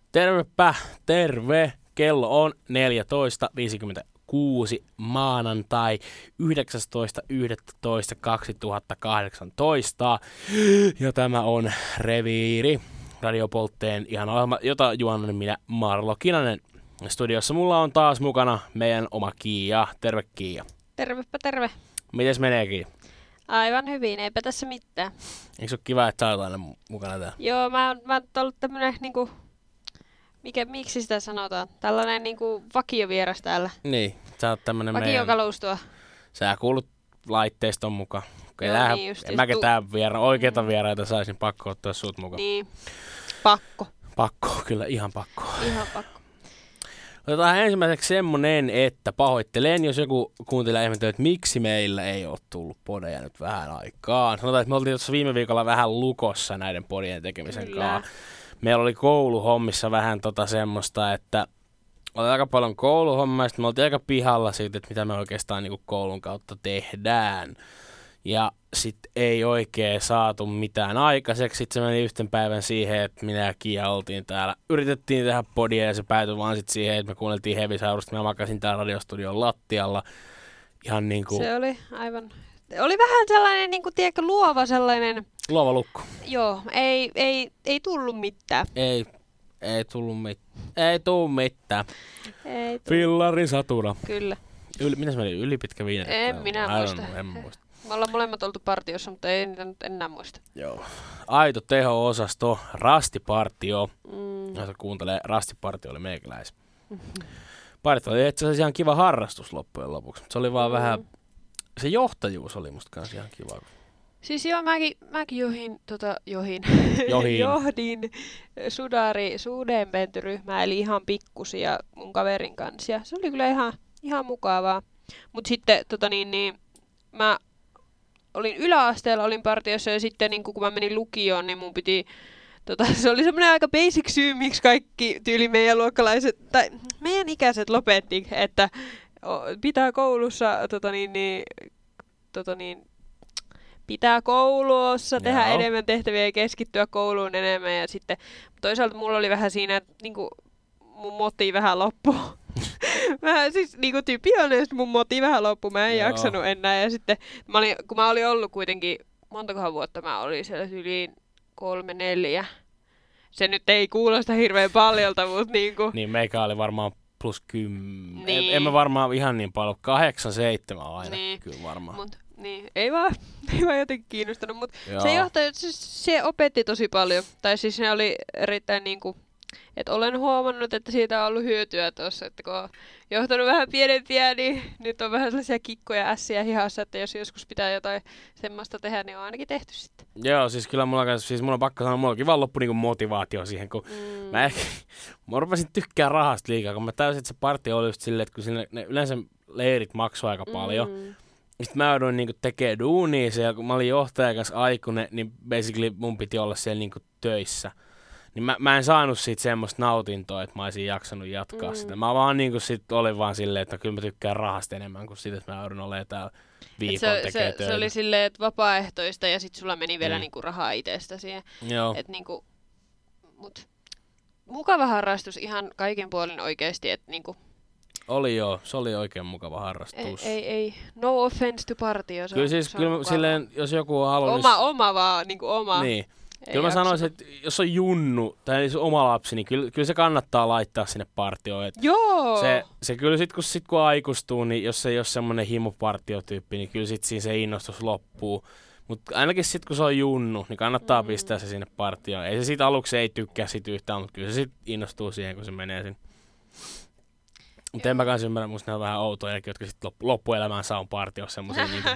Tervepä, terve. Kello on 14.56 maanantai 19.11.2018 ja tämä on Reviiri, Radiopoltteen ihan ohjelma, jota juonnan minä Marlo Kinanen. Studiossa mulla on taas mukana meidän oma Kiia. Terve Kiia. Tervepä terve. Mites meneekin? Aivan hyvin, eipä tässä mitään. Eikö se ole kiva, että sä olet aina mukana täällä? Joo, mä oon ollut tämmönen niinku, miksi sitä sanotaan? Tällainen niinku vakiovieras täällä. Niin, sä oot tämmönen Vakiokalustoa. Sä kuulut laitteiston mukaan. Joo, niin just. En mä ketään oikeita vieraita saisin, pakko ottaa sut mukaan. Niin, pakko. Pakko, kyllä ihan pakko. Ihan pakko. Otetaan ensimmäiseksi semmonen, että pahoittelen, jos joku kuuntelee ihmettelee, että miksi meillä ei ole tullut podeja nyt vähän aikaan. Sanotaan, että me oltiin tuossa viime viikolla vähän lukossa näiden podien tekemisen kanssa. Meillä oli kouluhommissa vähän semmoista, että oli aika paljon kouluhommaa, ja sitten me oltiin aika pihalla siitä, että mitä me oikeastaan niin kuin koulun kautta tehdään. Ja sitten ei oikein saatu mitään aikaiseksi. Sitten se meni yhten päivän siihen, että minä ja Kiia oltiin täällä. Yritettiin tehdä podia ja se päätyi vaan sitten siihen, että me kuunneltiin Heavy-saurusta. Mä makasin täällä radiostudion lattialla. Ihan niin kuin... Se oli aivan... Oli vähän sellainen, niin kuin, tiedätkö, luova sellainen... Luova lukko. Joo, ei tullut mitään. Ei tullut mitään. Ei tullut mitään. Fillarin satuna. Kyllä. Mitäs meni? Ylipitkä viinetti? En minä muista. En muista. Me ollaan molemmat oltu partiossa, mutta ei niitä nyt enää muista. Joo. Aito teho-osasto, Rastipartio. Jos kuuntelee, Rastipartio oli meikäläis. Partio oli itse asiassa ihan kiva harrastus loppujen lopuksi. Se oli vaan vähän, se johtajuus oli musta kanssa ihan kiva. Siis joo, mäkin johdin sudenpentyryhmää, eli ihan pikkusia mun kaverin kanssa. Ja se oli kyllä ihan mukavaa. Mut sitten mä olin yläasteella, olin partiossa ja sitten niin kun mä menin lukioon, niin mun piti... se oli semmoinen aika basic syy, miksi kaikki tyyli meidän luokkalaiset, tai meidän ikäiset lopetti, että pitää koulussa pitää koulussa tehdä enemmän tehtäviä ja keskittyä kouluun enemmän. Ja sitten toisaalta mulla oli vähän siinä, että niinku, mun moti vähän loppu. Vähän siis niinku tyypillinen, mun moti vähän loppu. Mä en jaksanut enää. Ja sitten kun mä olin ollut kuitenkin, montakohan vuotta mä olin siellä yli 3-4. Se nyt ei kuulosta hirveän paljolta, mutta niinku... Niin, meikä oli varmaan plus 10. Niin. En mä varmaan ihan niin paljon. 8-7 aina, niin. Kyllä varmaan. Niin, ei vaan jotenkin kiinnostanut, mutta se johtaja, se opetti tosi paljon. Tai siis se oli erittäin niinku, että olen huomannut, että siitä on ollut hyötyä tuossa, että kun on johtanut vähän pienempiä, niin nyt on vähän sellaisia kikkoja ässiä hihassa, että jos joskus pitää jotain semmoista tehdä, niin on ainakin tehty sitten. Joo, siis kyllä mulla on pakko sanoa, mulla onkin vaan loppu niinku motivaatio siihen, kun mä rupesin tykkää rahasta liikaa, kun mä täysin, että se partio oli just silleen, että kun ne yleensä leirit maksoi aika paljon. Sitten mä jouduin niinku tekemään duunia siellä, kun mä olin johtajan kanssa aikuinen, niin basically mun piti olla siellä niinku töissä. Niin mä en saanut siitä semmoista nautintoa, että mä olisin jaksanut jatkaa sitä. Mä vaan niinku sit olin vaan silleen, että kyllä mä tykkään rahasta enemmän kuin siitä, että mä joudun olemaan täällä viikon tekemään töitä. Se oli silleen, että vapaaehtoista ja sit sulla meni vielä niinku rahaa itsestä siihen. Joo. Et niinku, mut mukava harrastus ihan kaikin puolin oikeesti, että niinku... Oli joo, se oli oikein mukava harrastus. Ei, no offense to partio. Kyllä siis, kyllä silleen, jos joku haluaa... Oma vaan, niinku oma. Niin. Kyllä mä sanoisin, että jos on junnu tai oma lapsi, niin kyllä se kannattaa laittaa sinne partioon. Joo! Se kyllä kun aikuistuu, niin jos se ei ole semmoinen himopartiotyyppi, niin kyllä siinä se innostus loppuu. Mutta ainakin sitten kun se on junnu, niin kannattaa pistää se sinne partioon. Ei se siitä aluksi ei tykkää siitä yhtään, mutta kyllä se sitten innostuu siihen, kun se menee sinne. Mutta en mä kanssa ymmärrä, musta ne on vähän outoja, jotka sitten loppuelämänsä on partiossa semmoisia niinku,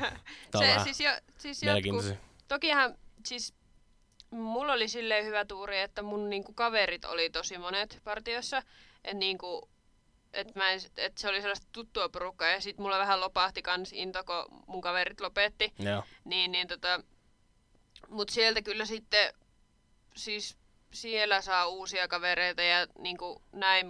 siis tokihan siis mulla oli silleen hyvä tuuri, että mun niinku kaverit oli tosi monet partiossa, että niinku, et se oli sellaista tuttua porukkaa ja sit mulla vähän lopahti kans into, kun mun kaverit lopetti. Joo. Mut sieltä kyllä sitten siis siellä saa uusia kavereita ja niinku näin,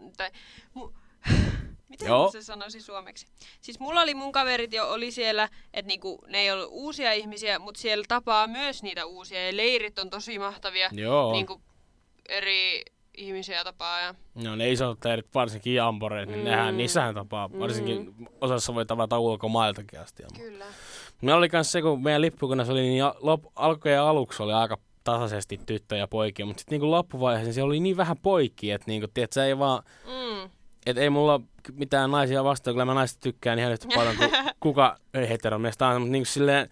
miten se sanoisi suomeksi? Siis mulla oli mun kaverit jo oli siellä, että niinku, ne ei ollut uusia ihmisiä, mutta siellä tapaa myös niitä uusia ja leirit on tosi mahtavia. Joo. Niinku, eri ihmisiä tapaa. Ja... No ne isot leirit, varsinkin jamboreet, niin niissähän tapaa. Varsinkin osassa voi tavata ulkomailtakin asti. Kyllä. Meillä oli myös se, kun meidän lippukunnassa oli niin alkujen ja aluksi oli aika tasaisesti tyttöjä ja poikia, mutta sitten niin loppuvaiheessa siellä oli niin vähän poikia, että niin tiedät, se ei vaan... Että ei mulla mitään naisia vastaan, kyllä mä naista tykkään ihan yhtä paljon kuin kuka heteromies tahansa, mutta niin silleen...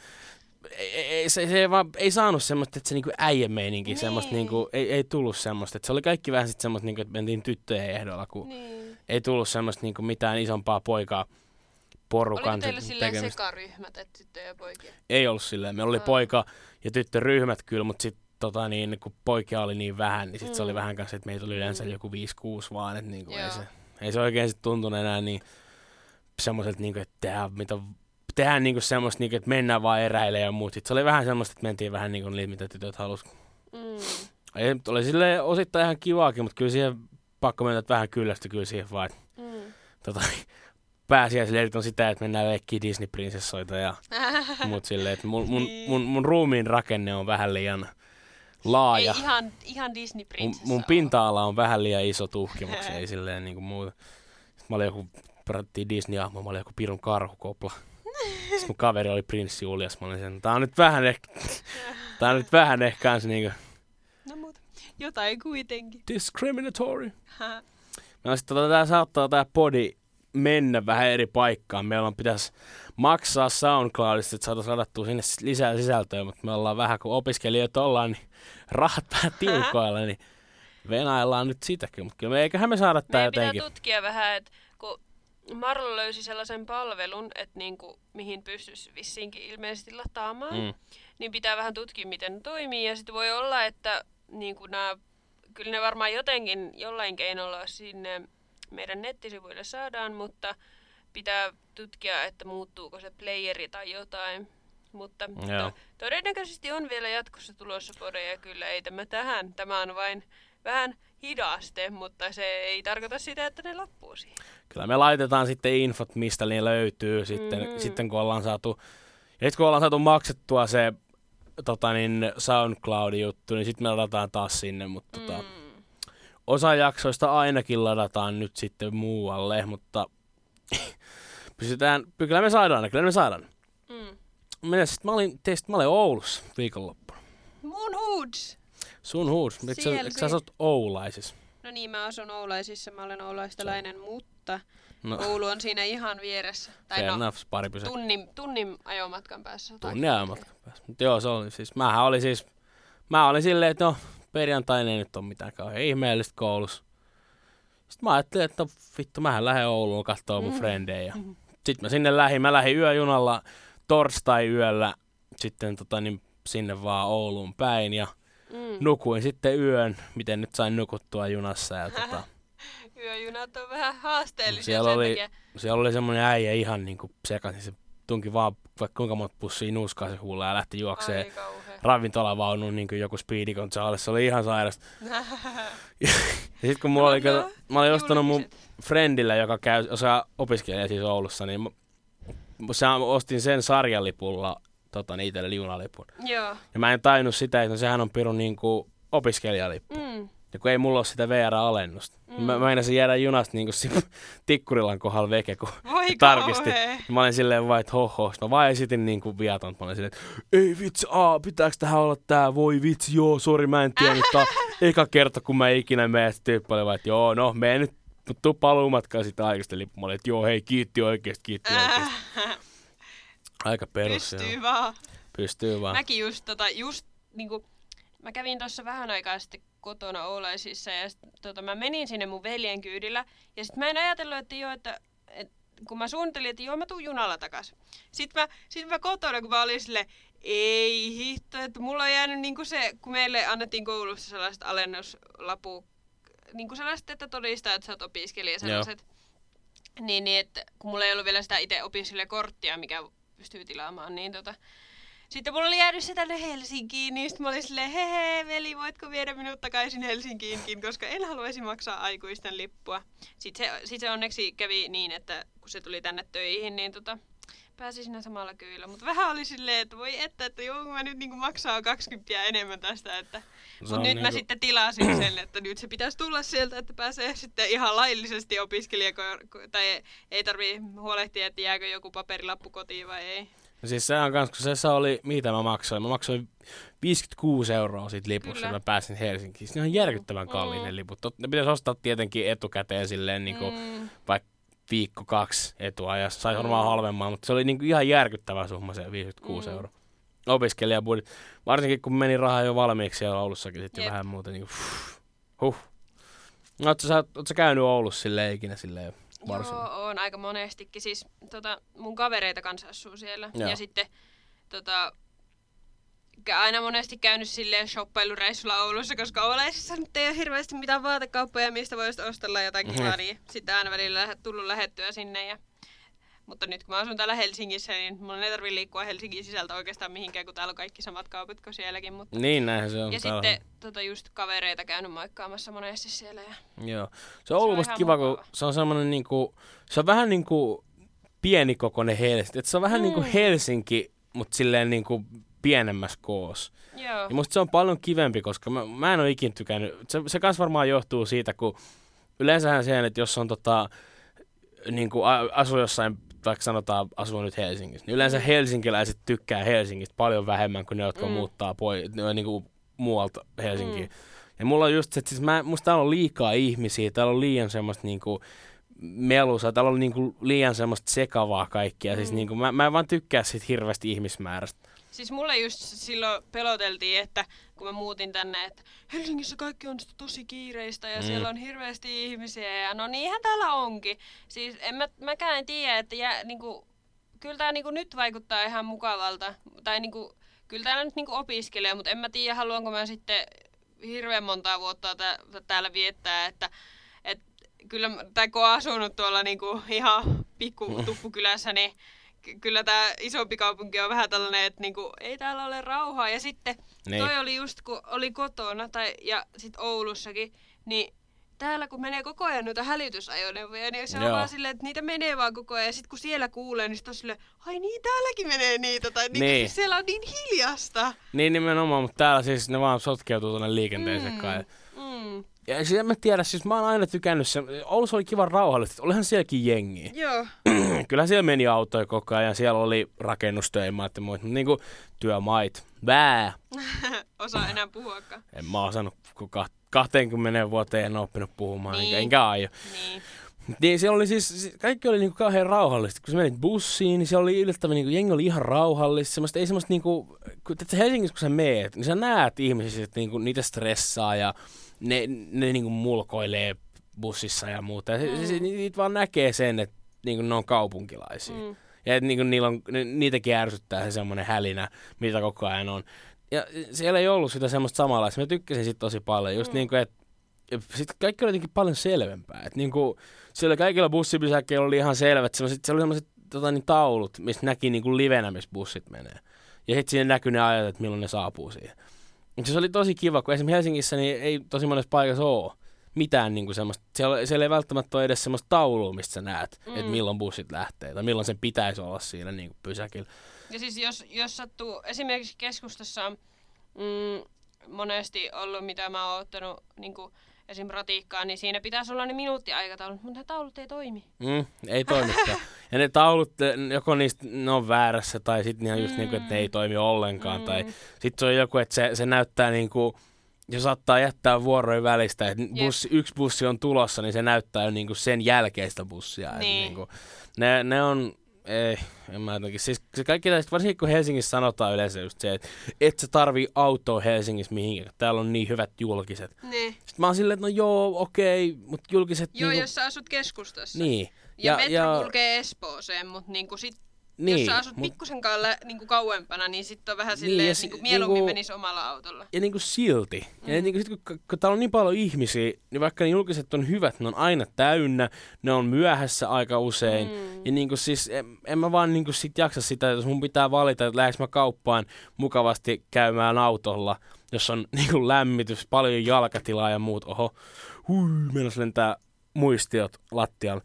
Se ei saanut semmoista, että se niinku äijämeininki, semmoista niinku, ei tullut semmoista. Että se oli kaikki vähän sit semmoista, niinku, että mentiin tyttöjen ehdolla, kun ei tullut semmoista niinku mitään isompaa poikaa porukan. Oliko teillä silleen sekaryhmät, että tyttöjä ja poikia? Ei ollut silleen. Meillä oli poika- ja tyttöryhmät kyllä, mutta sitten kun poikia oli niin vähän, niin sitten se oli vähän kanssa, että meitä oli yleensä joku 5-6 vaan. Että niinku, ei se oikein sit tuntunut enää niin semmoiselta, niinku, että tehdään niinku semmoista, niinku, että mennään vaan eräilemään ja muut. Sitten se oli vähän semmoista, että mentiin vähän niinku niitä, mitä tytöt halusi. Oli silleen osittain ihan kivaakin, mutta kyllä siihen pakko mennä, että vähän kyllästyi kyllä siihen vaan. Pääsiäisleirit on sitä, että mennään leikkiin Disney-prinsessoita ja mut silleen, että mun ruumiin rakenne on vähän liian laaja. Ei ihan Disney-prinsessa. Mun pinta-ala on vähän liian iso tuhkimuksia, ei silleen niinku muuta. Sitten mä olin perattiin Disney-ahmo, mä olin joku pirun karhukopla. Sitten mun kaveri oli prinssi Julius, mä olin sen, tää on nyt vähän ehkä kans niinku... No mut, jotain kuitenkin. Discriminatory. No sit tää saattaa tää podi mennä vähän eri paikkaan. Meillä pitäisi maksaa SoundCloudista, että saataisiin ladattua sinne lisää sisältöä, mutta me ollaan vähän, kun opiskelijoita ollaan, niin rahat vähän tiukoilla, niin venaillaan nyt sitäkin. Mutta kyllä eiköhän me saada tää jotenkin. Meidän pitää tutkia vähän, että kun Marlo löysi sellaisen palvelun, että niinku, mihin pystyisi vissiinkin ilmeisesti lataamaan, niin pitää vähän tutkia, miten ne toimii. Ja sitten voi olla, että niinku kyllä ne varmaan jollain keinolla sinne meidän nettisivuille saadaan, mutta pitää tutkia, että muuttuuko se playeri tai jotain. Mutta todennäköisesti on vielä jatkossa tulossa podeja, kyllä ei tämä on vain vähän hidaste, mutta se ei tarkoita sitä, että ne loppuu siihen. Kyllä me laitetaan sitten infot, mistä ne löytyy sitten kun ollaan saatu, ja kun ollaan saatu maksettua se SoundCloud-juttu, niin sitten me ladataan taas sinne, mutta osa jaksoista ainakin ladataan nyt sitten muualle, mutta kyllä me saadaan. Mä olin Oulussa viikonloppuna. Mun hoods! Sun hoods? Sä asut Oulaisissa? No niin, mä asun Oulaisissa, mä olen oulaistalainen, mutta Oulu on siinä ihan vieressä. Tai pari pysäkkiä. Tunnin ajomatkan päässä. Tunnin ajomatkan päässä. Mutta joo, se oli siis, mä olin silleen, että perjantaina ei nyt ole mitään kauhean ihmeellistä koulussa. Sitten mä ajattelin, että vittu, mähän lähden Ouluun kattoo mun frendejä. Sitten mä sinne mä lähdin yöjunalla torstai-yöllä sitten sinne vaan Ouluun päin ja nukuin sitten yön, miten nyt sain nukuttua junassa. Ja Yöjunat on vähän haasteellisia siellä oli semmoinen äijä ihan niinku sekaisin. Se tunki vaan vaikka kuinka monta pussia nuuskaa se huulla ja lähti juokseen ravintolavaunuun niin kuin joku Speedy Gonzales. Se oli ihan sairasta. Ja sitten kun mä olin ostanut mun friendille, joka opiskelee siis Oulussa, niin ostin sen sarjalipulla itselle junalipun. Joo. Ja mä en tainnut sitä, että sehän on pirun niinku opiskelijalippu. Ja kun ei mulla ole sitä VR-alennusta. Mä meinasin jäädä junasta niinku Tikkurilan kohdalla veke, kun tarkisti. Mä olin silleen vaan, että Mä vaan esitin niinku viaton. Mä olin silleen, että ei vitsi, pitääkö tähän olla tää? Voi vitsi, joo, sori, mä en tiedä. Tää eka kerta, kun mä ikinä menen. Tyyppi oli vaan, että joo, no, mene nyt. Mutta tuu paluumatkaan sitä aikaista lippu. Mä olin, että joo, hei, kiitti oikeesti. Aika perus. Pystyy vaan. Mäkin just niinku, mä kävin tuossa vähän aikaa sitten kotona Oulaisissa ja mä menin sinne mun veljen kyydillä. Ja sit mä en ajatellut, että kun mä suunnittelin, että mä tuun junalla takas. Sitten mä kotona, kun mä olin silleen, ei hitto, että mulla on jäänyt niinku se, kun meille annettiin koulussa sellaiset alennuslapu, niinku sellaiset, että todistaa, että sä oot opiskelija sellaiset. Niin, että kun mulla ei ollut vielä sitä itse opiskelijakorttia, mikä pystyy tilaamaan, niin sitten mulla oli jäänyt se tänne Helsinkiin, niin sitten mä olin silleen, veli, voitko viedä minut takaisin Helsinkiinkin, koska en haluaisi maksaa aikuisten lippua. Sitten se onneksi kävi niin, että kun se tuli tänne töihin, niin pääsi siinä samalla kyydillä. Mutta vähän oli silleen, että voi että joo, mä nyt niinku maksaa 20 enemmän tästä. Mutta nyt mä sitten tilasin sen, että nyt se pitäisi tulla sieltä, että pääsee sitten ihan laillisesti tai ei tarvii huolehtia, että jääkö joku paperilappu kotiin vai ei. No siis se on kans, kun se oli, mitä mä maksoin? Mä maksoin 56 € siitä lipusta, mä pääsin Helsinkiin. Ne on järkyttävän kalliin ne liput. Ne pitäisi ostaa tietenkin etukäteen silleen niinku vaikka viikko 2 etua ja sai varmaan halvemmaa, mutta se oli niinku ihan järkyttävä summa se 56 €. Opiskelijabudjetti. Varsinkin kun meni rahaa jo valmiiksi siellä Oulussakin sitten jo vähän muuta niinku Ootko sä käynyt Oulussa silleen ikinä silleen varsin? Joo, oon aika monestikin. Siis mun kavereita kanssa asuu siellä. Joo. Ja sitten aina monesti käynyt silleen shoppailureissulla Oulussa, koska Oulaisissa nyt ei ole hirveästi mitään vaatekauppoja, mistä voisi ostella jotain kivaa, niin sitten aina välillä tullut lähettyä sinne. Mutta nyt kun mä asun täällä Helsingissä, niin mun ei tarvitse liikkua Helsingin sisältä oikeastaan mihinkään, kun täällä on kaikki samat kaupat kuin sielläkin. Mutta niin, näinhän se on. Ja sitten just kavereita käynyt moikkaamassa monesti siellä. Joo. Se on ollut musta kiva, kun se on semmoinen niinku, se on vähän niinku pienikokoinen Helsinki. Et se on vähän niinku Helsinki, mutta silleen niinku pienemmässä koossa. Joo. Ja musta se on paljon kivempi, koska mä en ole ikinä tykännyt. Se kans varmaan johtuu siitä, kun yleensähän se, että jos on niinku asuu jossain, vaikka sanotaan asuu nyt Helsingissä, niin yleensä helsinkiläiset tykkää Helsingistä paljon vähemmän kuin ne, jotka muuttaa niinku muualta Helsinkiin. Ja mulla on just se, että siis musta täällä on liikaa ihmisiä, täällä on liian semmoista niinku melusaa, täällä on niinku liian semmoista sekavaa kaikkia. Siis niinku, mä en vaan tykkää siitä hirveästi ihmismäärästä. Siis mulle just silloin peloteltiin, että kun mä muutin tänne, että Helsingissä kaikki on tosi kiireistä ja siellä on hirveästi ihmisiä ja no niinhän täällä onkin. Siis mäkään en tiedä, että niinku, kyllä tää niinku nyt vaikuttaa ihan mukavalta. Tai niinku, kyllä täällä nyt niinku opiskelee, mutta en mä tiedä haluanko mä sitten hirveän montaa vuotta täällä viettää, että kyllä, tai kun on asunut tuolla niinku ihan pikku tuppukylässä, niin kyllä tämä isompi kaupunki on vähän tällainen, että niinku, ei täällä ole rauhaa. Ja sitten toi oli just kun oli kotona ja sitten Oulussakin, niin täällä kun menee koko ajan noita hälytysajoneuvoja, niin se on vaan silleen, että niitä menee vaan koko ajan. Ja sitten kun siellä kuulee, niin sitten on silleen, ai niin, täälläkin menee niitä. Tai niin. Siellä on niin hiljasta. Niin nimenomaan, mutta täällä siis ne vaan sotkeutuu tuonne liikenteeseen kai. Ja siis en mä tiedä, siis mä oon aina tykännyt sen. Oulussa oli kiva rauhallisesti, olihan sielläkin jengiä. Joo. Kyllähän siellä meni autoja koko ajan, siellä oli rakennustöimaat ja muut, mutta niinku työmait, Osaa enää puhuakaan. En mä osannut, kun 20 vuoteen en oppinut puhumaan, enkä aio. Niin siellä oli siis, kaikki oli niinku kauhean rauhallista. Kun sä menit bussiin, niin siellä oli yllättävän, niinku, jengi oli ihan rauhallista. Ei semmoista niinku, kun Helsingissä kun sä meet, niin sä näet ihmisiä, että niinku, niitä stressaa ja ne niinku mulkoilee bussissa ja muuta. Ja niitä vaan näkee sen, että niinku, ne on kaupunkilaisia. Ja että niinku, niitäkin ärsyttää se semmoinen hälinä, mitä koko ajan on. Ja siellä ei ollut sitä semmoista samanlaista. Mä tykkäsin siitä tosi paljon. Just niinku, että sitten kaikki oli jotenkin paljon selvempää. Että niinku, siellä kaikilla bussipysäkkeillä oli ihan selvät. Siellä oli sellaiset taulut, mistä näki niinku livenä, missä bussit menee. Ja sitten siinä näkyi ne ajat, että milloin ne saapuu siihen. Se oli tosi kiva, kun esimerkiksi Helsingissä niin ei tosi monessa paikassa ole mitään niinku semmoista. Siellä ei välttämättä ole edes semmoista taulua, mistä sä näet, että milloin bussit lähtee tai milloin sen pitäisi olla siinä niinku pysäkillä. Ja siis jos sattuu, esimerkiksi keskustassa on monesti ollut, mitä mä oon ottanut niinku esim. Ratikkaan, niin siinä pitäisi olla ne minuuttiaikataulut, mutta ne taulut ei toimi. Ei toimikaan. Ja ne taulut, joko niistä ne on väärässä, tai sitten ihan just niinku, että ne ei toimi ollenkaan. Tai sitten se on joku, että se näyttää niinku, jos saattaa jättää vuorojen välistä, että yksi bussi on tulossa, niin se näyttää jo niinku sen jälkeistä bussia. Niin. Niinku, ne on, en mä jotenkin. Siis se kaikki tästä, varsinkin kun Helsingissä sanotaan yleensä just se, että et sä tarvii autoa Helsingissä mihinkään, täällä on niin hyvät julkiset. Niin. Sitten mä oon silleen, että no joo, okei, mutta julkiset... Joo, niinku... jos sä asut keskustassa. Niin. Ja metro kulkee Espooseen, mutta niinku sit, jos sä asut pikkusen niinku kauempana, niin sit on vähän silleen, niinku mieluummin menisi omalla autolla. Ja niinku silti. Ja niinku sit, kun täällä on niin paljon ihmisiä, niin vaikka ne julkiset on hyvät, ne on aina täynnä, ne on myöhässä aika usein. Ja niinku siis, en mä vaan niinku sit jaksa sitä, jos mun pitää valita, että lähdekö mä kauppaan mukavasti käymään autolla, jos on niinku lämmitys, paljon jalkatilaa ja muut. Oho, mennäs lentää muistiot lattialle.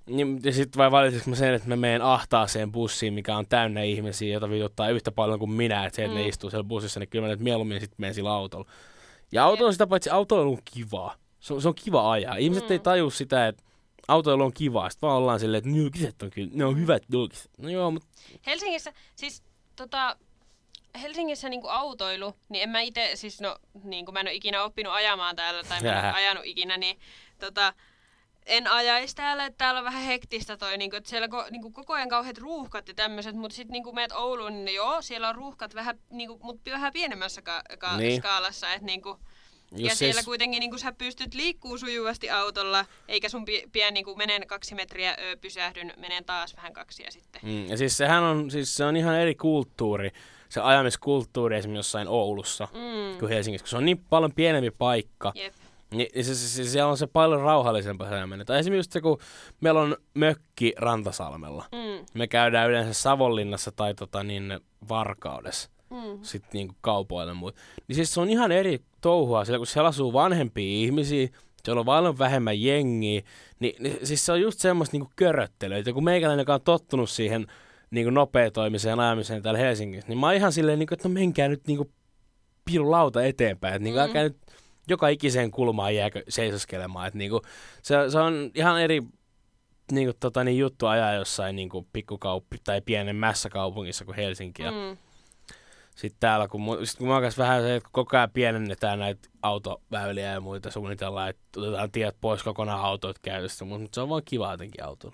Niin, ja sitten vai valitsinko mä sen, että mä menen ahtaaseen bussiin, mikä on täynnä ihmisiä, jota vituttaa yhtä paljon kuin minä, että se, että ne istuu siellä bussissa, niin kyllä mä nyt mieluummin sitten menen sillä autolla. Ja autolla sitä paitsi autoilu on kivaa. Se on kiva ajaa. Ihmiset ei taju sitä, että autoilu on kivaa. Sitten vaan ollaan silleen, että julkiset on kyllä, ne on hyvät julkiset. No joo, mutta... Helsingissä, siis Helsingissä niinku autoilu, niin en mä ite, siis no, niinku mä en ole ikinä oppinut ajamaan täällä, tai mä en ole ajanut ikinä, niin en ajaisi täällä, että täällä on vähän hektistä toi, niinku, että siellä niinku koko ajan kauheat ruuhkat ja tämmöiset, mutta sitten niinku meet Ouluun, niin joo, siellä on ruuhkat vähän, niinku, mutta vähän pienemmässä niin. skaalassa, että niinku, ja siellä kuitenkin niinku, sä pystyt liikkuu sujuvasti autolla, eikä sun pian niinku, menen 2 metriä, pysähdyn, menen taas vähän 2 ja sitten. Ja siis sehän on, se on ihan eri kulttuuri, se ajamiskulttuuri esimerkiksi jossain Oulussa kuin Helsingissä, kun se on niin paljon pienempi paikka. Jep. Niin siellä on se paljon rauhallisempaa elämää. Tai esimerkiksi se, kun meillä on mökki Rantasalmella. Me käydään yleensä Savonlinnassa tai Varkaudessa. Sitten niinku kaupoilla ja muut. Niin siis se on ihan eri touhua, sillä kun siellä asuu vanhempia ihmisiä, siellä on paljon vähemmän jengiä, niin siis se on just semmoista niinku köröttelyä. Ja kun meikäläinen, joka on tottunut siihen niinku nopeatoimiseen ajamiseen täällä Helsingissä, niin mä oon ihan silleen, niinku, että no menkää nyt niinku pirun lauta eteenpäin. Että niinku älkää nyt joka ikiseen kulmaan jääkö seisoskelemaan. Että niinku, se on ihan eri niinku, juttu ajaa jossain niinku, pikkukauppi tai pienen mässäkaupungissa kuin Helsinki. Sitten täällä, kun mä oon vähän se, että koko ajan pienennetään näitä autoväyliä ja muita, suunnitellaan, että otetaan tiet pois kokonaan autoit käytöstä, mutta se on vaan kiva jotenkin autolla.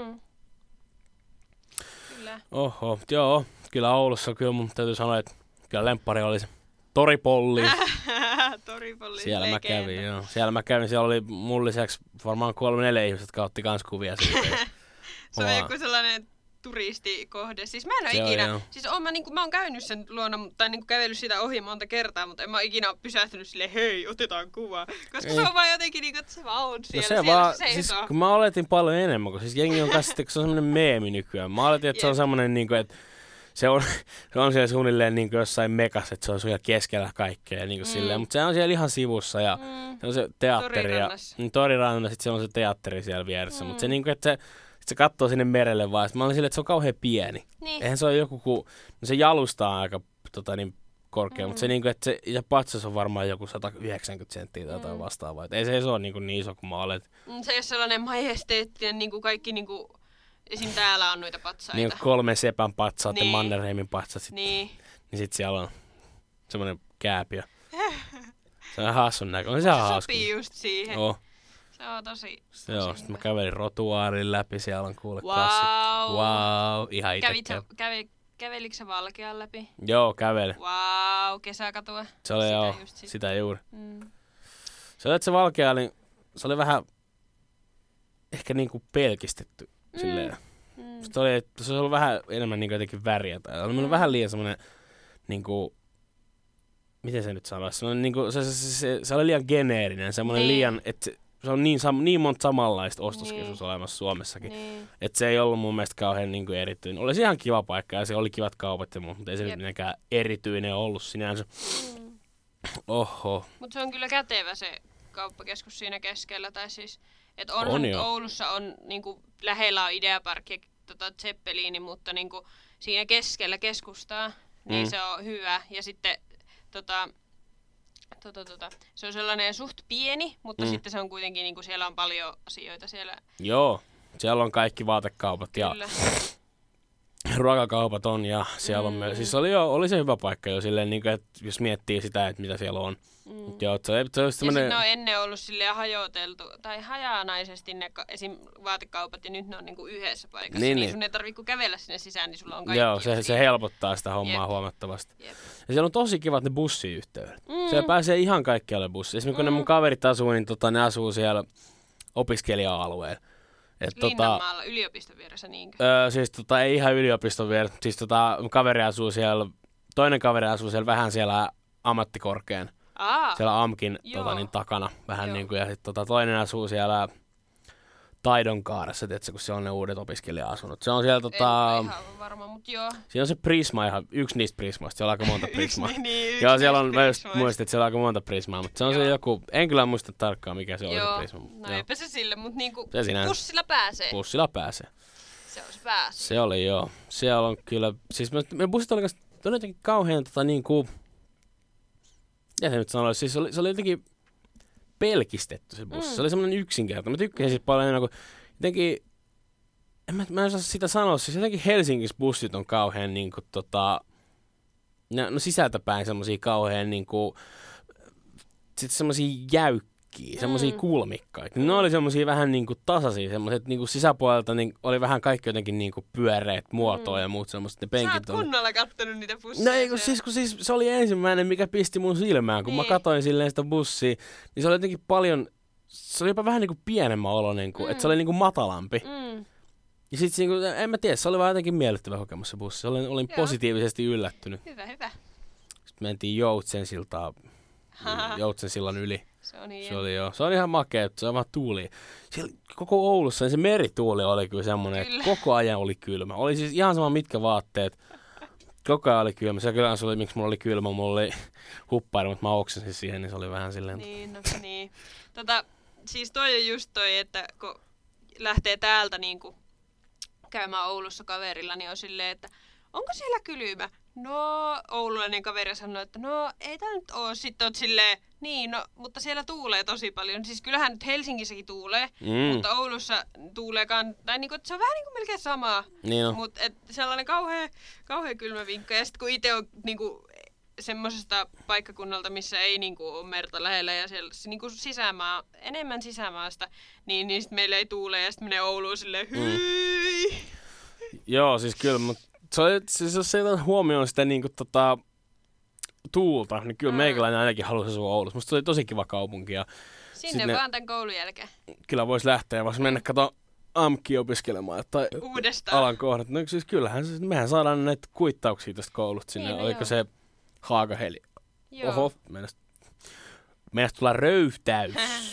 Kyllä. Oho, joo, kyllä Oulussa kyllä mun täytyy sanoa, että kyllä lemppari oli se Toripolli. Toripolli. Siellä mä kävin, joo. Siellä oli mun lisäksi varmaan 3-4 ihmiset, jotka otti kans kuvia siitä. Se on joku sellainen turistikohde. Siis mä en ole ikinä, siis mä oon käynyt sen luona, tai niinku kävellyt sitä ohi monta kertaa, mutta en mä ikinä ole pysähtynyt silleen, hei, otetaan kuvaa. Koska se on vaan jotenkin niinku, että se vaan on siellä, se siis, kun mä oletin paljon enemmän, kun siis jengi on kanssa, kun se on semmonen meemi nykyään. Mä oletin, että se on semmonen niinku, että se on siellä suunnilleen niin kuin jossain mekas, että se on siellä keskellä kaikkea niin kuin silleen, mutta se on siellä ihan sivussa ja se on se teatteri ja Torirannassa sitten siellä on se teatteri siellä vieressä, mutta se niin kuin, että se katsoo sinne merelle vaan, mä olin silleen, että se on kauhean pieni. Niin. Eihän se ole joku, kun se jalusta on aika korkea, mutta se niin kuin, että se ja patsas on varmaan joku 190 senttiä tai jotain vastaavaa, että ei se ole niin iso kuin mä olen. Se ei ole sellainen majesteettinen, niin kuin kaikki niin kuin esim. Täällä on noita patsaita. Niin 3 sepän patsaat ja Mannerheimin patsat. Niin sit siellä on semmoinen kääpiö. Se on hassun näkö. Se sopii just siihen. Oh. Se on tosi joo, sit mä kävelin rotuaarin läpi. Siellä on kuule klassikko. Wow. Ihan ite Kävelikö sä Valkean läpi? Joo, kävelin. Wow, kesäkatua. Se oli sitä juuri. Se oli, että se Valkea oli, se oli vähän ehkä niinku pelkistetty. Silleen. Se oli, että se oli vähän enemmän niin jotenkin väriä. Tai oli vähän liian semmoinen, niinku, miten se nyt sanoisi, niinku, se oli liian geneerinen, semmoinen liian, että se on niin monta samanlaista ostoskeskusta olemassa Suomessakin, että se ei ollut mun mielestä kauhean niinku erityinen. Olisi ihan kiva paikka ja se oli kivat kaupat ja muut, mutta ei se nyt mitenkään erityinen ollut sinänsä. Oho. Mutta se on kyllä kätevä se kauppakeskus siinä keskellä, tai siis että onhan nyt Oulussa on niinku lähellä on Ideapark ja Zeppelini, mutta niinku siinä keskellä keskustaa, niin se on hyvä. Ja sitten se on sellainen suht pieni, mutta sitten se on kuitenkin niinku siellä on paljon asioita siellä. Joo, siellä on kaikki vaatekaupat kyllä. Ja ruokakaupat on ja siellä on myös, siis oli se hyvä paikka jo silleen, niin kuin, että jos miettii sitä, että mitä siellä on. Joo, se on semmoinen... ne on ennen ollut silleen hajoteltu tai hajanaisesti ne esim. Vaatekaupat ja nyt ne on niinku yhdessä paikassa. Niin sun ei tarvitse kävellä sinne sisään, niin sulla on kaikki. Joo, se helpottaa sitä hommaa huomattavasti. Jep. Ja siellä on tosi kivat ne bussiyhteydet. Siellä pääsee ihan kaikkialle bussiin. Esimerkiksi kun ne mun kaverit asuu, niin ne asuu siellä opiskelija-alueella. Linnanmaalla, yliopiston vieressä niinkö? Siis ei ihan yliopiston vieressä. Siis kaveri asuu siellä, toinen kaveri asuu siellä vähän siellä ammattikorkean. Siellä AMKin takana vähän niin kuin, ja sitten toinen asuu siellä Taidonkaaressa, tiedätkö, kun siellä on ne uudet opiskelija-asunnot. Se on siellä En ihan varma, mutta joo. Siinä on se Prisma, yksi niistä Prismoista, siellä on aika monta Prismaa. Niin, joo, siellä on, mä just muistin, että siellä on aika monta Prismaa, mutta se on se joku, en kyllä muista tarkkaan mikä se on se Prisma. No eipä se sille, mutta niinku bussilla pääsee. Bussilla pääsee. Se on se pääsee. Se oli joo. Siellä on kyllä, siis me bussit oli jotenkin kauhean niinku, ja se nyt sanoisi, siis se oli jotenkin pelkistetty se bussi. Se oli semmoinen yksinkertainen. Mä tykkäsin siitä paljon enemmän kuin jotenkin, mä en osaa sitä sanoa, siis jotenkin Helsingissä bussit on kauhean niinku no sisältäpäin semmosia kauhean niinku, sit semmosia jäykkiä, semmosia kulmikkaita. Ne oli semmosia vähän niinku tasaisia, semmoset niinku sisäpuolelta niin oli vähän kaikki jotenkin niinku pyöreät muotoa ja muut semmoset. Ne penkit sä oot kunnolla kattonut niitä busseja. No ei, kun siis se oli ensimmäinen, mikä pisti mun silmään, kun mä katsoin silleen sitä bussia, niin se oli jotenkin paljon, se oli jopa vähän niinku pienemmän oloinen, että se oli niinku matalampi. Ja sit niinku, en mä tiedä, se oli vaan jotenkin miellyttävä kokemus se bussi. Olin positiivisesti yllättynyt. Hyvä. Sitten mentiin Joutsensillan yli. Se on hieno. Se oli joo. Se on ihan makea, se on vaan tuuli. Siellä koko Oulussa niin se merituuli oli kyllä semmoinen, että koko ajan oli kylmä. Oli siis ihan sama mitkä vaatteet. Koko ajan oli kylmä. Se kyllä oli, miksi mulla oli kylmä, mulla oli huppairi, mutta mä oksensin siihen, niin se oli vähän silleen. Niin. Siis toi on just toi, että kun lähtee täältä niinku käymään Oulussa kaverilla, niin on silleen, että onko siellä kylmä? No, oululainen kaveri sanoi, että no ei tää nyt oo. Sitten oot silleen, niin no, mutta siellä tuulee tosi paljon. Siis kyllähän nyt Helsingissäkin tuulee, mutta Oulussa tuuleekaan, tai niinku, se on vähän niinku melkein sama. Niin on. Mutta sellainen kauhean kylmä vinkka. Ja sitten kun itse on niinku semmosesta paikkakunnalta, missä ei niinku ole merta lähellä ja siellä niinku enemmän sisämaasta, niin sit meillä ei tuule ja sitten menee Ouluun silleen hyi. Joo, siis kyllä, mutta jos se huomioon sitä niinku tuulta, niin kyllä meikäläinen ainakin halusi asua Oulussa. Musta se oli tosi kiva kaupunki. Ja sinne vaan tämän koulun jälkeen. Kyllä voisi lähteä ja voisi mennä AMKia opiskelemaan tai uudestaan alan kohdat. No siis kyllähän mehän saadaan näitä kuittauksia tästä koulusta sinne. Niin, oliko se Haagaheli? Oho, meinas tulla röyhtäys.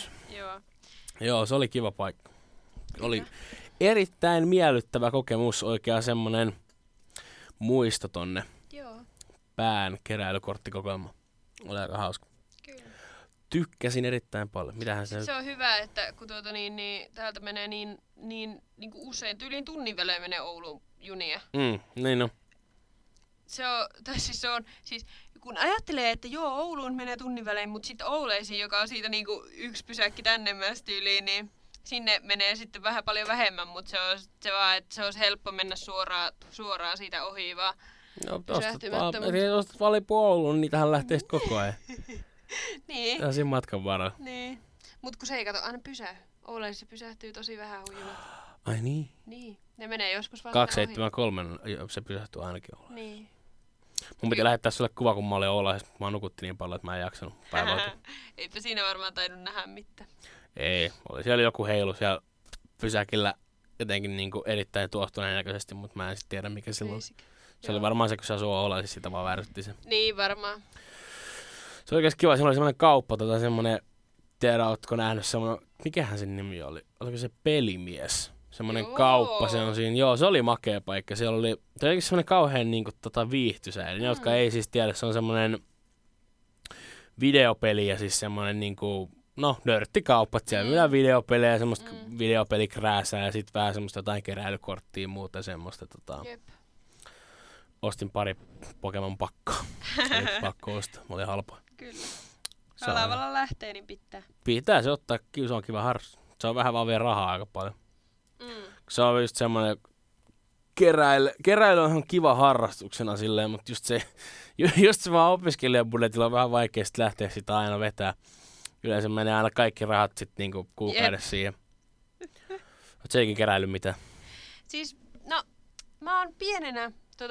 Joo, se oli kiva paikka. Oli erittäin miellyttävä kokemus, oikein semmonen muisto tonne pään keräilykorttikokoelma. Oli aika hauska. Kyllä. Tykkäsin erittäin paljon. Mitähän se on hyvä, että kun täältä menee niin kuin usein, tyyliin tunnin välein menee Ouluun junia. Niin on. Siis kun ajattelee, että Ouluun menee tunnin välein, mutta sitten Ouleisiin, joka on siitä niinku yksi pysäkki tännemmäs tyyliin, niin sinne menee sitten vähän paljon vähemmän, mutta se olisi helppo mennä suoraan siitä ohi vaan pysähtymättä. Ostat vaan lipun Ouluun, niin tähän lähtee sitten koko ajan. Niin. Ja siinä matkan varrella. Niin. Mut kun se ei kato aina pysähy. Ouleissa pysähtyy tosi vähän junat. Ai niin? Niin. Ne menee joskus vaan 273, se pysähtyy ainakin Oulaisissa. Niin. Mun piti lähettää sulle kuva, kun mä olin Oulaisissa. Mä nukutti niin paljon, että mä en jaksanut päivältä. Eipä siinä varmaan tainnut nähdä mitään. Ei, oli siellä joku heilu siellä pysäkillä jotenkin niin kuin erittäin tuohtuneen näköisesti, mutta mä en sitten tiedä mikä silloin. Se oli varmaan se, kun se asuu Oulaisissa, sitä vaan värsytti se. Niin varmaan. Se oli oikeasti kiva, siellä oli semmoinen kauppa, semmoinen, tiedä, ootko nähnyt semmoinen, mikähän sen nimi oli? Oliko se Pelimies? Semmoinen kauppa, se on siinä, se oli makea paikka. Siellä oli semmoinen kauhean niin kuin, viihtysä. Eli ne, jotka ei siis tiedä, se on semmoinen videopeli ja siis semmoinen niin kuin, nörttikauppat. Siellä myydään videopelejä, semmoista videopelikrääsää ja sitten vähän semmoista jotain keräilykorttia ja muuta semmoista. Ostin pari Pokemon pakkaa. Pakko ostaa, oli halpa. Kyllä. Halavalla lähtee, niin pitää. Pitää se ottaa, se on kiva harrastus. Se on vähän vaan vielä rahaa aika paljon. Se on just semmoinen, keräily on ihan kiva harrastuksena silleen, mutta just se vaan opiskelijabudjetilla on vähän vaikea lähteä sitä aina vetää. Yleensä menee aina kaikki rahat sitten niinku kuukaudessa siihen. Oot sä eikin keräily mitään? Siis, mä oon pienenä,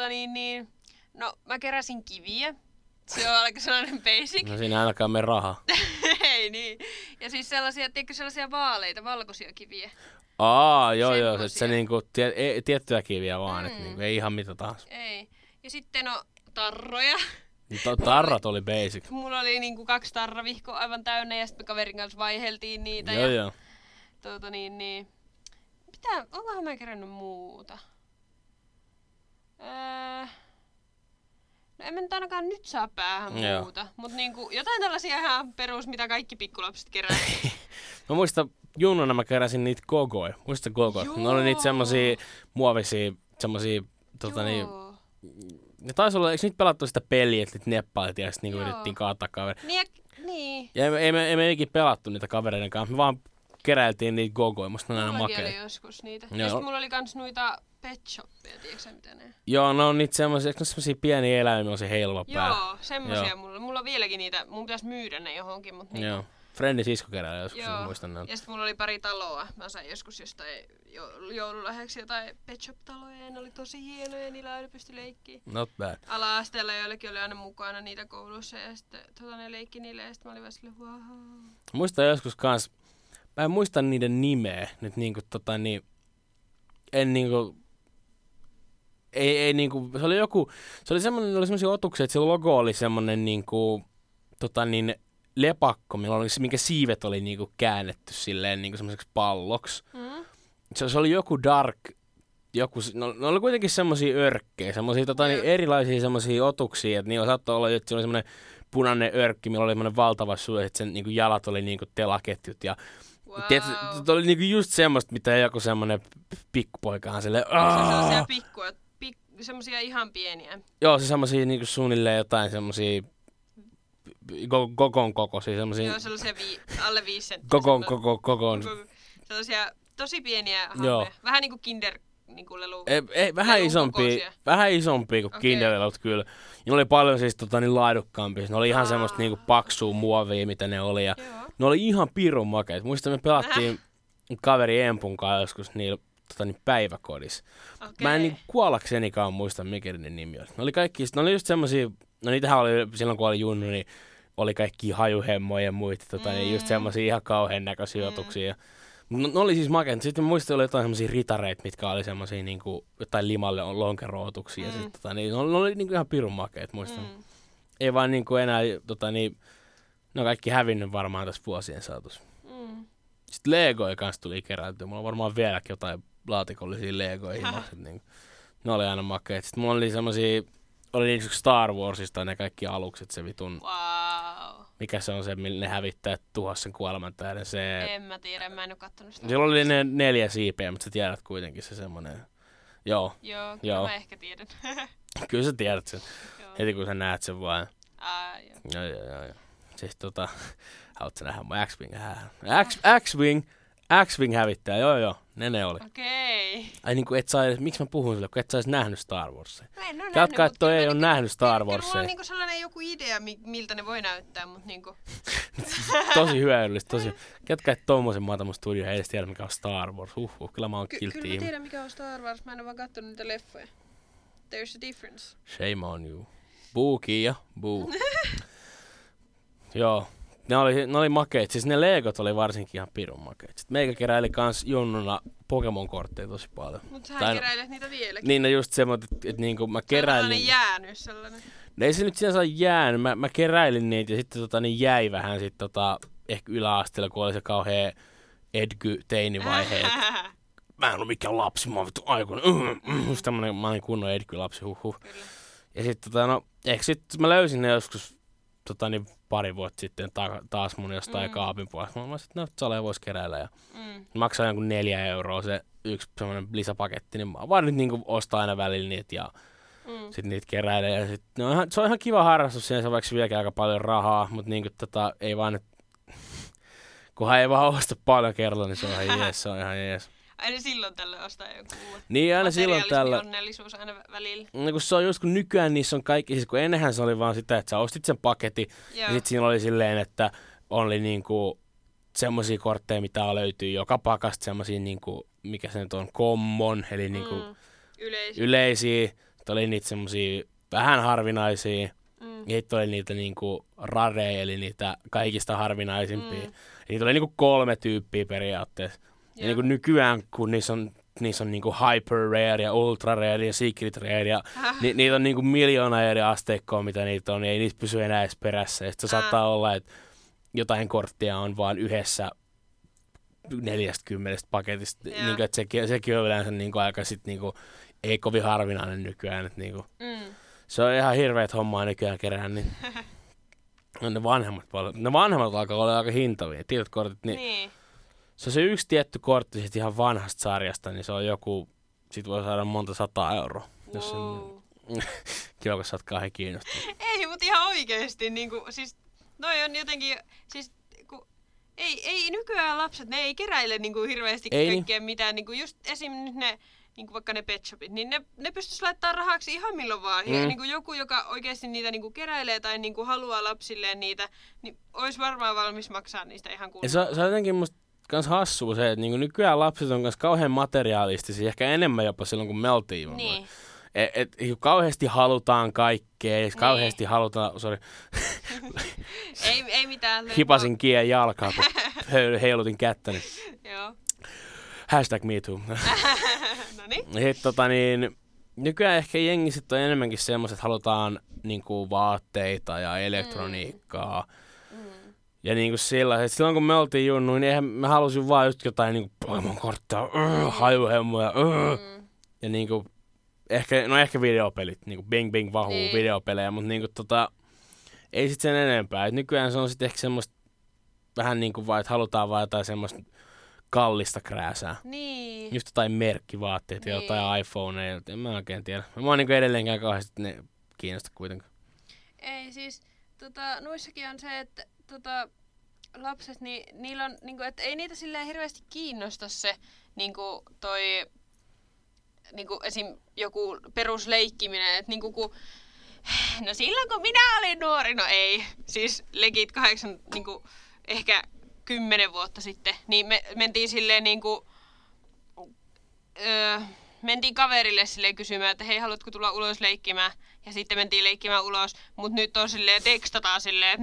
mä keräsin kiviä. Se on aika sellainen basic. No siinä ainakaan mene rahaa. Ei niin. Ja siis sellaisia vaaleita, valkoisia kiviä. Joo, se niinku tiettyjä kiviä vaan, et niinku, ei ihan mitä tahansa. Ei. Ja sitten tarroja. Tarrat oli basic. Mulla oli niinku 2 tarravihkoa aivan täynnä ja sitten me kaverin kanssa vaiheltiin niitä. Joo. onkohan mä kerännyt muuta? No en mä nyt ainakaan nyt saa päähän muuta, mutta niinku jotain tällaisia ihan perus, mitä kaikki pikkulapset kerää. Mä muistan, junnuna mä keräsin niitä gogoja. Muista gogoja? Ne oli niitä semmosia muovisia, semmosia niin... Ne taisi olla, eikö nyt pelattu sitä peliä, että niitä neppailtiin ja sit niinku yritettiin kaataa kavereita? Niin. Ja ei me ikinä pelattu niitä kavereiden kanssa, me vaan keräiltiin niitä gogoja, musta ne on aina makeita. Mulla oli joskus niitä. Ja sit mulla oli kans noita pet shoppeja, tiiäksä mitä ne? Joo, ne on niitä semmosia pieniä eläimiä, on se heiluva päällä. Joo, semmosia mulla on vieläkin niitä, mun pitäis myydä ne johonkin, mut niinku... Joo. Friendi sisko kerää joskus, muistan ne. Ja sit mulla oli pari taloa. Mä sain joskus jostain joululahjaksi jotain pet shop-taloja ja ne oli tosi hienoja ja niillä aina pystyi leikkiä. Not bad. Ala-asteella joillekin oli aina mukana niitä koulussa ja sitten ne leikki niille ja sitten mä olin vaan silleen wow. Muistan joskus kans, mä en muista niiden nimeä nyt niinku en niinku, ei niinku, se oli semmosia otuksia, että se logo oli semmonen niinku, lepakko, minkä siivet oli niinku käännetty silleen niinku semmoiseksi palloksi. Se oli joku dark, ne oli kuitenkin semmosia örkkejä, semmosia erilaisia semmosia otuksia, että niillä saattoi olla, että se oli semmoinen punainen örkki, millä oli semmoinen valtava suu, että sen niinku jalat oli niinku telaketjut ja se oli niinku just semmoista, mitä joku semmoinen pikkupoikahan silleen sellaisia semmosia ihan pieniä. Joo, se semmosia niinku suunnilleen jotain semmosia kokon kokoisia semmosia. Joo, sellaisia alle 5 senttiä. Kokon. Sellaisia tosi pieniä hammeja. Vähän niinku kinder niinku lelu. Vähän isompia kuin kinderlelut kyllä. Ja ne oli paljon siis laadukkaampia. Ne oli ihan semmoista niinku paksua muovia, mitä ne oli. Ja ne oli ihan pirun makeita. Muistan, me pelattiin kaveri Empun kanssa joskus niillä päiväkodissa. Mä en niinku kuollaksenikaan muista, mikä ne nimi oli. Ne oli just semmosia, no niitähän oli silloin kun oli junnu, niin oli kaikki hajuhemmoja ja muita, niin just semmosia ihan kauhean näköisiä otuksia. Ne oli siis makeita. Sitten muistin, että oli jotain semmosia ritareita, mitkä oli semmosia niinku jotain limalle lonkerootuksia. Niin ne oli niinku ihan pirun makeita, muistan. Ei vaan niinku enää, ne on kaikki hävinnyt varmaan tässä vuosien saatossa. Sitten Legoja kanssa tuli keräiltyä. Mulla on varmaan vieläkin jotain laatikollisia Legoja. Ne oli aina makeita. Sitten mulla oli semmosia, oli niin Star Warsista ne kaikki alukset, se vitun... Wow. Mikä se on se, millä ne hävittää tuhas sen kuolemantähden? En mä tiedä, mä en oo kattonut sitä. Silloin oli ne 4 siipeä, mutta sä tiedät kuitenkin se semmonen... Joo, mä ehkä tiedän. Kyllä sä tiedät sen. Heti kun sä näet sen vaan. Joo. Siis haluatko sä nähdä mun X-Wing hävittää, joo, ne oli. Okei. Ai niinku et saa edes, miksi mä puhun sille, kun et sä edes nähnyt Star Warsia. Mä en oo nähnyt, Jatka, että toi ei oo nähnyt Star Warsia. Mulla on niinku sellainen joku idea, miltä ne voi näyttää, mut niinku... Tosi hyödyllistä, tosi. Ketkä et tommosen maata mun studio, ei edes tiedä mikä on Star Wars. Kyllä mä oon kiltti ihminen. Kyllä mä tiedän mikä on Star Wars, mä en oo vaan kattonut niitä leffoja. There's a difference. Shame on you. Boo, Kiia, boo. Joo. Ne oli makeet. Siis ne Legot oli varsinkin ihan pirun makeet. Sitten meikä keräili kans junnuna Pokemon-kortteja tosi paljon. Mut sähän keräilet niitä vieläkin. Niin, no just semmoinen, että niinku mä keräilin... Se on jäänyt sellainen. No ei se nyt sinänsä jäänyt. Mä keräilin niitä ja sitten niin jäi vähän sit ehkä yläasteella, kun oli se kauhea Edgy-teinivaihe. Mä en oo mikään lapsi, mä oon vittu aikuinen. Just tämmönen, mä olin kunnon Edgy-lapsi, Kyllä. Ja sitten ehkä sit mä löysin ne joskus pari vuotta sitten taas mun jostain kaapin puolesta. Mä sanoin, että no, Sale vois keräillä ja maksaa jonkun 4 euroa se yksi semmoinen lisäpaketti, niin mä vaan nyt niinku ostaa aina välillä niitä ja sit niitä keräilee. Ja sit, se on ihan kiva harrastus siinä, se vaikka vieläkin aika paljon rahaa, mutta niinku ei vaan nyt, kunhan ei vaan osta paljon kerralla, niin se on ihan jees, se on ihan jees. Aina silloin tällöin ostaa joku uuden. Niin, aina silloin tällä. Onnellisuus aina välillä. No, kun se on just, kun nykyään niissä on kaikki, siis kun ennenhän se oli vaan sitä, että sä ostit sen paketin, ja sit siinä oli silleen, että oli niinku semmosia kortteja, mitä löytyy joka pakasta, semmosia niinku, mikä se nyt on, common, eli niinku yleisiä. Sitten oli niitä semmosia vähän harvinaisia, ja sitten oli niitä niinku rare, eli niitä kaikista harvinaisimpia. Niitä oli niinku 3 tyyppiä periaatteessa. Ja niin kuin nykyään, kun niissä on niinku hyper rare ja ultra rare ja secret rare ja niitä on niinku miljoona eri asteikkoa, mitä niitä on, niin ei niitä pysy enää edes perässä. Ja sitten saattaa olla, että jotain korttia on vaan yhdessä 40 paketista, niinku, että sekin on yleensä niinku aika sit niinku, ei kovin harvinainen nykyään, että niinku, se on ihan hirveet hommaa nykyään kerään, niin ne vanhemmat alkaa olla aika hintavia, tietyt kortit, niin. Se on se yksi tietty kortti sit ihan vanhasta sarjasta, niin se on joku, sit voi saada monta 100 euroa, jos sen, kiva, kun sä oot kauhean kiinnostunut. Ei, mutta ihan oikeesti, niinku, siis noi on jotenkin, siis ei nykyään lapset, ne ei keräile niinku hirveästi kaikkea mitään, niinku just esim. Nyt ne, niinku vaikka ne pet shopit, niin ne pystyis laittamaan rahaksi ihan milloin vaan. Ja niinku joku, joka oikeesti niitä niinku keräilee tai niinku haluaa lapsilleen niitä, niin ois varmaan valmis maksaa niistä ihan kunnolla. Se on jotenkin musta kans hassua se, että niinku nykyään lapset on kans kauhean materialistisia, ehkä enemmän jopa silloin kun me oltiin. Niin. Et kauheasti halutaan kaikkea, ja kauheasti halutaan, ei mitään. Hipasin kien jalkaa, kun heilutin kättäni. Joo. #MeToo. Noniin. Nykyään ehkä jengi sit on enemmänkin semmoset, että halutaan niinku vaatteita ja elektroniikkaa. Ja niinku silloin kun me oltiin junnuin, niin eihän me halusin vaan just jotain niinku Pokemon-korttia, hajuhemmoja, ja niinku ehkä videopelit, niinku Bing Bing Wahoo videopelejä, mutta niinku ei sit sen enempää. Et nykyään se on sit ehkä semmoista vähän niinku vaan, että halutaan vaan jotain semmoista kallista krääsää. Niin. Just jotain merkkivaatteita ja jotain iPhoneja, en mä oikein tiedä. Mä oon niinku edelleenkään kauheasti ne kiinnosta kuitenkaan. Ei siis, noissakin on se, että lapset, niin niillä on, niinku, että ei niitä silleen hirveästi kiinnosta se niinku toi niinku esim. Joku perusleikkiminen, että niinku no silloin kun minä olin nuori, no ei, siis legit 8, niinku ehkä 10 vuotta sitten, niin me mentiin silleen niinku, mentiin kaverille silleen kysymään, että hei, haluatko tulla ulos leikkimään? Ja sitten mentiin leikkimään ulos, mutta nyt on silleen, tekstataan silleen,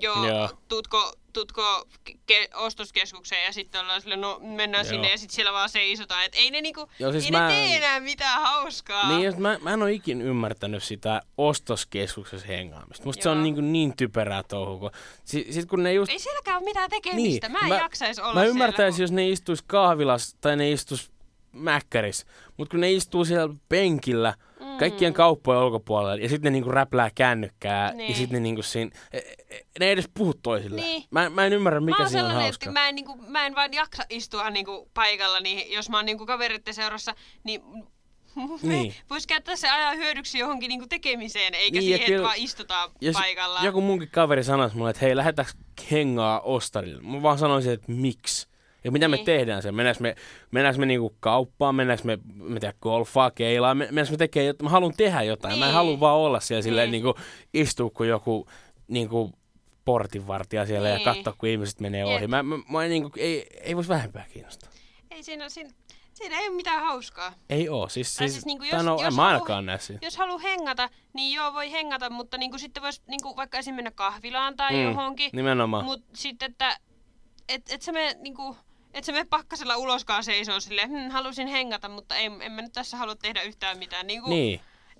tuutko ostoskeskukseen, ja sitten ollaan silleen, no mennään sinne, ja sitten siellä vaan seisotaan, että ei ne niinku, siis ei ne tee enää mitään hauskaa. Niin, mä en ole ikin ymmärtänyt sitä ostoskeskuksessa hengaamista. Musta se on niin typerää touhua. Sitten kun ne just... Ei sielläkään ole mitään tekemistä, niin, mä en jaksais olla siellä. Mä ymmärtäisin, jos ne istuis kahvilassa tai ne istuis mäkkärissä, mutta kun ne istuu siellä penkillä, kaikkien kauppojen ulkopuolella, ja sitten ne niinku räplää kännykkää, ja sitten ne niinku siinä, ne ei edes puhu toisilleen. Niin. Mä en ymmärrä, mikä siinä on hauska. Mä en vaan jaksa istua niinku paikalla, niin jos mä oon niinku kaveritten seurassa, niin vois käyttää se ajan hyödyksi johonkin niinku tekemiseen, eikä niin, siihen, että vaan istutaan paikalla. Joku munkin kaveri sanoisi mulle, että hei, lähdetäänkö hengaa ostarille? Mä vaan sanoisin, että miksi? Ja mitä me tehdään sen? Mennäänkö me niinku kauppaan, mennäänkö me golfaa, keilaa, mennäänkö me tekee jotain? Mä haluan tehdä jotain, mä en halua vaan olla siellä silleen niinku istua kuin joku niinku portinvartija siellä ja katsoa, kun ihmiset menee ohi. Mä niinku, ei vois vähempää kiinnostaa. Ei siinä ei ole mitään hauskaa. Ei oo, siis niinku mä ainakaan näe siinä. Jos haluu hengata, niin joo voi hengata, mutta niinku sitten vois niinku vaikka esim. Mennä kahvilaan tai johonkin. Nimenomaan. Mut sitten, että et sä mene niinku... Et sä mene pakkasella uloskaan seisoo silleen, halusin hengata, mutta en mä nyt tässä halua tehdä yhtään mitään. Niin.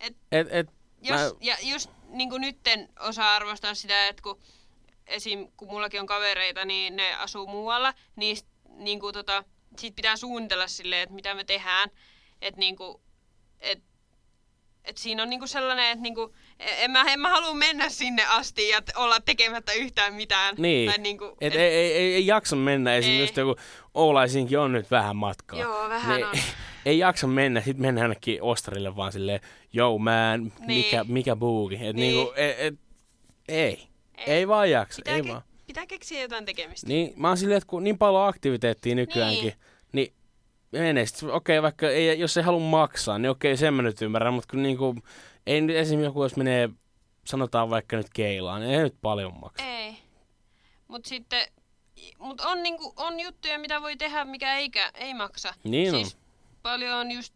Ja just niinku nytten osaa arvostaa sitä, että kun mullakin on kavereita, niin ne asuu muualla, niin niinku sit pitää suunnitella silleen, että mitä me tehdään. Että niinku, et siinä on niinku sellainen, että niinku, en mä halua mennä sinne asti ja olla tekemättä yhtään mitään. Niin, tai niinku, ei jaksa mennä. Esimerkiksi just joku Oulaisinkin on nyt vähän matkaa. Joo, vähän on. Ei jaksa mennä, sit mennään ainakin ostarille vaan silleen, yo man, mikä buugi. Niinku, ei vaan jaksa, ei vaan. Pitää keksiä jotain tekemistä. Niin, mä oon silleen, että kun niin paljon aktiviteettia nykyäänkin, niin menee okei, vaikka jos ei halua maksaa, niin okei, sen mä nyt ymmärrän, mutta kun niinku, ei nyt esimerkiksi joku, jos menee, sanotaan vaikka nyt keilaan, niin ei nyt paljon maksaa. Ei, mutta on juttuja, mitä voi tehdä, mikä ei maksa. Niin siis paljon on just,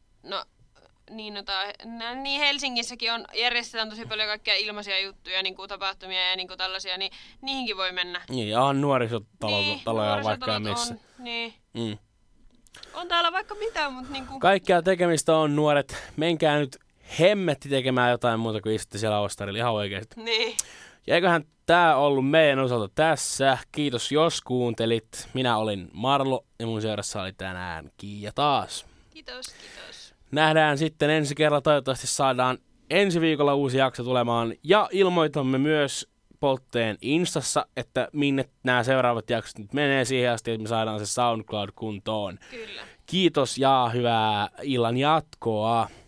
niin Helsingissäkin järjestetään tosi paljon kaikkia ilmaisia juttuja, niin kuin tapahtumia ja niin kuin tällaisia, niin niihinkin voi mennä. Niin, ja nuorisotaloja vaikka ja missä. Niin. On täällä vaikka mitä, mutta niinku... Kaikkea tekemistä on, nuoret. Menkää nyt hemmetti tekemään jotain muuta kuin istutte siellä ostarilla ihan oikeesti. Niin. Ja eiköhän tää ollut meidän osalta tässä. Kiitos jos kuuntelit. Minä olin Marlo ja mun seurassa oli tänään Kiia taas. Kiitos. Nähdään sitten ensi kerralla. Toivottavasti saadaan ensi viikolla uusi jakso tulemaan. Ja ilmoitamme myös Poltteen Instassa, että minne nämä seuraavat jaksot nyt menee siihen asti, että me saadaan se SoundCloud kuntoon. Kyllä. Kiitos ja hyvää illan jatkoa.